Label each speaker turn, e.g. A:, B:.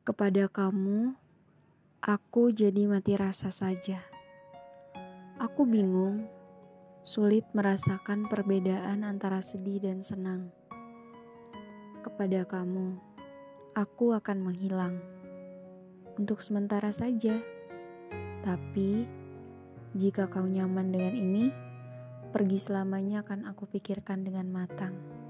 A: Kepada kamu, aku jadi mati rasa saja. Aku bingung, sulit merasakan perbedaan antara sedih dan senang. Kepada kamu, aku akan menghilang. Untuk sementara saja. Tapi, jika kau nyaman dengan ini, pergi selamanya akan aku pikirkan dengan matang.